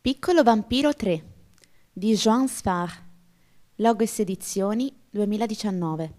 Piccolo vampiro 3 di Joan Sfar, Logos Edizioni 2019.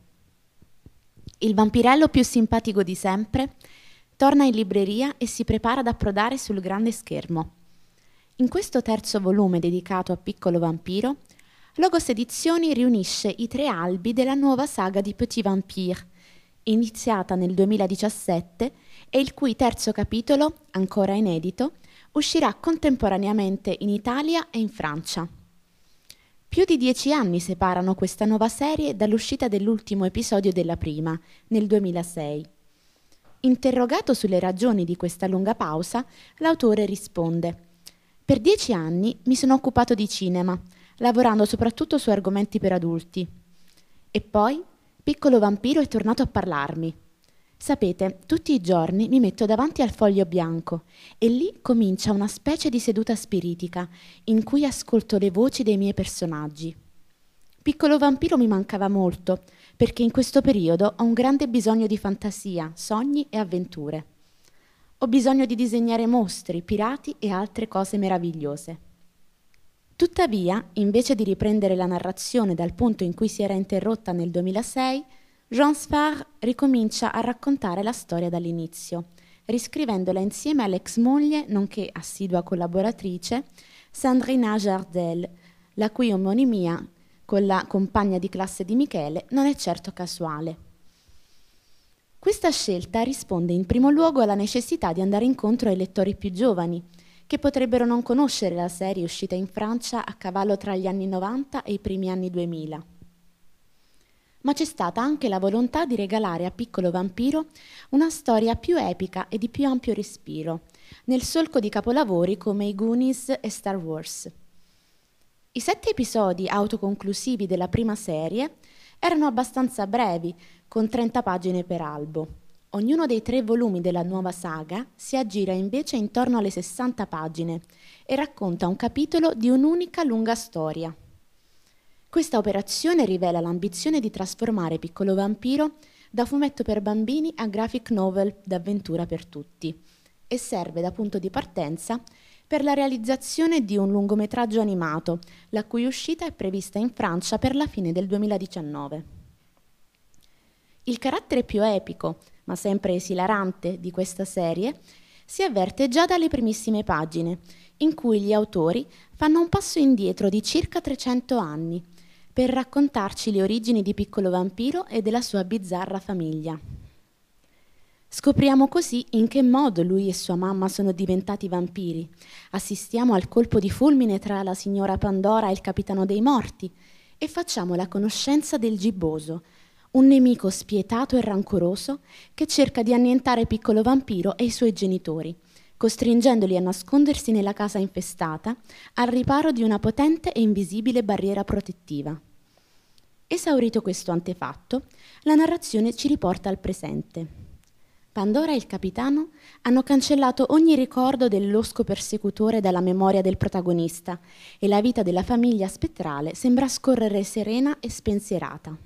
Il vampirello più simpatico di sempre torna in libreria e si prepara ad approdare sul grande schermo. In questo terzo volume dedicato a Piccolo Vampiro, Logos Edizioni riunisce i 3 albi della nuova saga di Petit Vampire, iniziata nel 2017 e il cui terzo capitolo, ancora inedito, uscirà contemporaneamente in Italia e in Francia. Più di 10 anni separano questa nuova serie dall'uscita dell'ultimo episodio della prima, nel 2006. Interrogato sulle ragioni di questa lunga pausa, l'autore risponde: «Per 10 anni mi sono occupato di cinema, lavorando soprattutto su argomenti per adulti. E poi Piccolo Vampiro è tornato a parlarmi. Sapete, tutti i giorni mi metto davanti al foglio bianco e lì comincia una specie di seduta spiritica in cui ascolto le voci dei miei personaggi. Piccolo Vampiro mi mancava molto perché in questo periodo ho un grande bisogno di fantasia, sogni e avventure. Ho bisogno di disegnare mostri, pirati e altre cose meravigliose». Tuttavia, invece di riprendere la narrazione dal punto in cui si era interrotta nel 2006, Joan Sfar ricomincia a raccontare la storia dall'inizio, riscrivendola insieme all'ex moglie, nonché assidua collaboratrice, Sandrina Jardel, la cui omonimia con la compagna di classe di Michele non è certo casuale. Questa scelta risponde in primo luogo alla necessità di andare incontro ai lettori più giovani, che potrebbero non conoscere la serie uscita in Francia a cavallo tra gli anni 90 e i primi anni 2000. Ma c'è stata anche la volontà di regalare a Piccolo Vampiro una storia più epica e di più ampio respiro, nel solco di capolavori come i Goonies e Star Wars. I 7 episodi autoconclusivi della prima serie erano abbastanza brevi, con 30 pagine per albo. Ognuno dei 3 volumi della nuova saga si aggira invece intorno alle 60 pagine e racconta un capitolo di un'unica lunga storia. Questa operazione rivela l'ambizione di trasformare Piccolo Vampiro da fumetto per bambini a graphic novel d'avventura per tutti e serve da punto di partenza per la realizzazione di un lungometraggio animato, la cui uscita è prevista in Francia per la fine del 2019. Il carattere più epico, ma sempre esilarante, di questa serie si avverte già dalle primissime pagine, in cui gli autori fanno un passo indietro di circa 300 anni, per raccontarci le origini di Piccolo Vampiro e della sua bizzarra famiglia. Scopriamo così in che modo lui e sua mamma sono diventati vampiri. Assistiamo al colpo di fulmine tra la signora Pandora e il capitano dei morti e facciamo la conoscenza del Gibboso, un nemico spietato e rancoroso che cerca di annientare Piccolo Vampiro e i suoi genitori, costringendoli a nascondersi nella casa infestata al riparo di una potente e invisibile barriera protettiva. Esaurito questo antefatto, la narrazione ci riporta al presente. Pandora e il capitano hanno cancellato ogni ricordo del losco persecutore dalla memoria del protagonista e la vita della famiglia spettrale sembra scorrere serena e spensierata.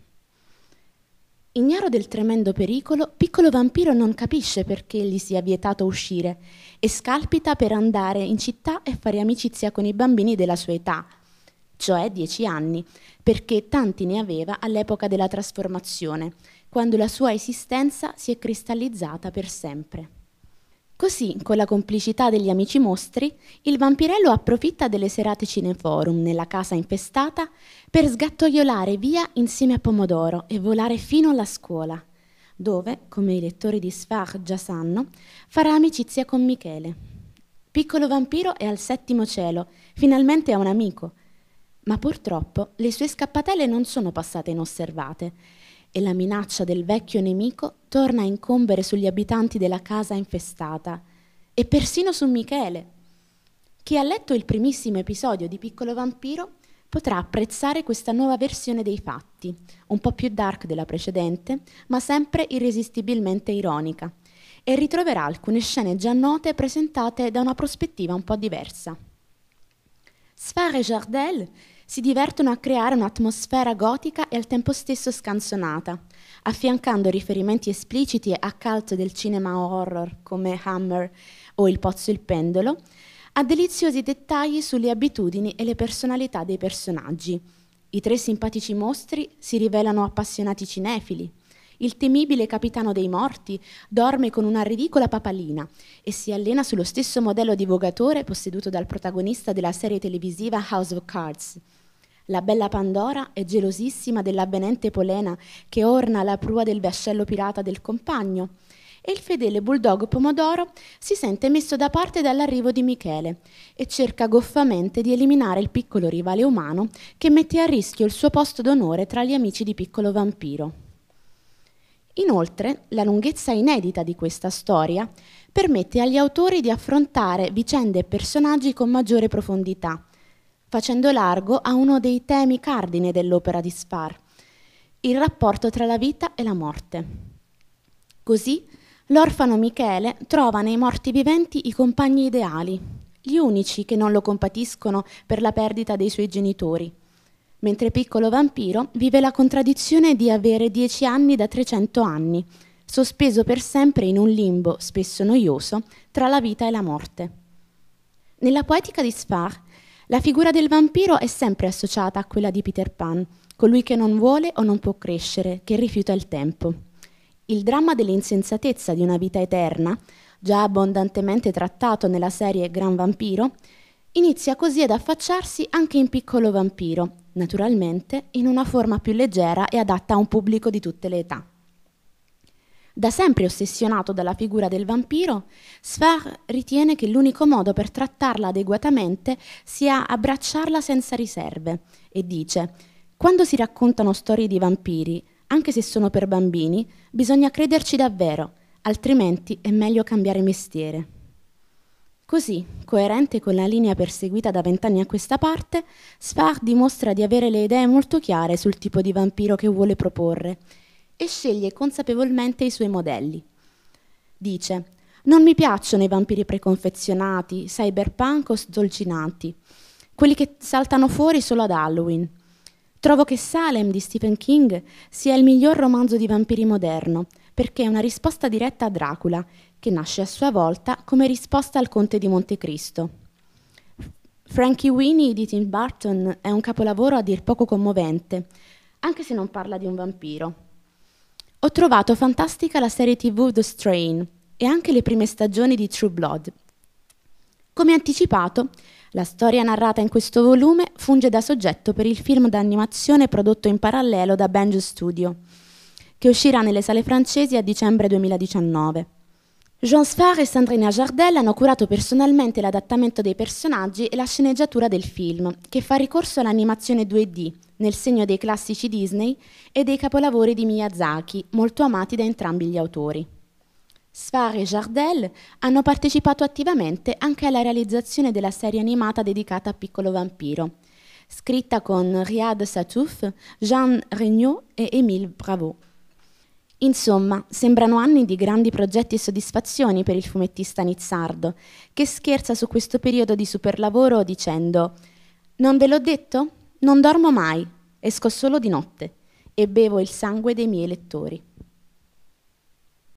Ignaro del tremendo pericolo, Piccolo Vampiro non capisce perché gli sia vietato uscire e scalpita per andare in città e fare amicizia con i bambini della sua età, cioè 10 anni, perché tanti ne aveva all'epoca della trasformazione, quando la sua esistenza si è cristallizzata per sempre. Così, con la complicità degli amici mostri, il vampirello approfitta delle serate cineforum nella casa infestata per sgattoiolare via insieme a Pomodoro e volare fino alla scuola, dove, come i lettori di Sfar già sanno, farà amicizia con Michele. Piccolo Vampiro è al 7° cielo, finalmente ha un amico, ma purtroppo le sue scappatelle non sono passate inosservate e la minaccia del vecchio nemico torna a incombere sugli abitanti della casa infestata e persino su Michele. Chi ha letto il primissimo episodio di Piccolo Vampiro potrà apprezzare questa nuova versione dei fatti, un po' più dark della precedente, ma sempre irresistibilmente ironica, e ritroverà alcune scene già note presentate da una prospettiva un po' diversa. Sfar e Jardel si divertono a creare un'atmosfera gotica e al tempo stesso scanzonata, affiancando riferimenti espliciti a cult del cinema horror come Hammer o Il Pozzo e il Pendolo, ha deliziosi dettagli sulle abitudini e le personalità dei personaggi. I 3 simpatici mostri si rivelano appassionati cinefili. Il temibile capitano dei morti dorme con una ridicola papalina e si allena sullo stesso modello di vogatore posseduto dal protagonista della serie televisiva House of Cards. La bella Pandora è gelosissima dell'avvenente polena che orna la prua del vascello pirata del compagno e il fedele bulldog Pomodoro si sente messo da parte dall'arrivo di Michele e cerca goffamente di eliminare il piccolo rivale umano che mette a rischio il suo posto d'onore tra gli amici di Piccolo Vampiro. Inoltre, la lunghezza inedita di questa storia permette agli autori di affrontare vicende e personaggi con maggiore profondità, facendo largo a uno dei temi cardine dell'opera di Sfar, il rapporto tra la vita e la morte. Così, l'orfano Michele trova nei morti viventi i compagni ideali, gli unici che non lo compatiscono per la perdita dei suoi genitori, mentre Piccolo Vampiro vive la contraddizione di avere 10 anni da 300 anni, sospeso per sempre in un limbo, spesso noioso, tra la vita e la morte. Nella poetica di Sfar, la figura del vampiro è sempre associata a quella di Peter Pan, colui che non vuole o non può crescere, che rifiuta il tempo. Il dramma dell'insensatezza di una vita eterna, già abbondantemente trattato nella serie Gran Vampiro, inizia così ad affacciarsi anche in Piccolo Vampiro, naturalmente in una forma più leggera e adatta a un pubblico di tutte le età. Da sempre ossessionato dalla figura del vampiro, Sfar ritiene che l'unico modo per trattarla adeguatamente sia abbracciarla senza riserve e dice: quando si raccontano storie di vampiri, anche se sono per bambini, bisogna crederci davvero, altrimenti è meglio cambiare mestiere. Così, coerente con la linea perseguita da 20 anni a questa parte, Sfar dimostra di avere le idee molto chiare sul tipo di vampiro che vuole proporre e sceglie consapevolmente i suoi modelli. Dice: non mi piacciono i vampiri preconfezionati, cyberpunk o sdolcinati, quelli che saltano fuori solo ad Halloween. Trovo che Salem di Stephen King sia il miglior romanzo di vampiri moderno, perché è una risposta diretta a Dracula, che nasce a sua volta come risposta al Conte di Montecristo. Frankenweenie di Tim Burton è un capolavoro a dir poco commovente, anche se non parla di un vampiro. Ho trovato fantastica la serie TV The Strain e anche le prime stagioni di True Blood. Come anticipato, la storia narrata in questo volume funge da soggetto per il film d'animazione prodotto in parallelo da Benjo Studio, che uscirà nelle sale francesi a dicembre 2019. Jean Sfar e Sandrine Jardel hanno curato personalmente l'adattamento dei personaggi e la sceneggiatura del film, che fa ricorso all'animazione 2D, nel segno dei classici Disney e dei capolavori di Miyazaki, molto amati da entrambi gli autori. Sfar e Jardel hanno partecipato attivamente anche alla realizzazione della serie animata dedicata a Piccolo Vampiro, scritta con Riyad Sattouf, Jean Regnault e Émile Bravo. Insomma, sembrano anni di grandi progetti e soddisfazioni per il fumettista nizzardo, che scherza su questo periodo di superlavoro dicendo: «Non ve l'ho detto? Non dormo mai, esco solo di notte e bevo il sangue dei miei lettori».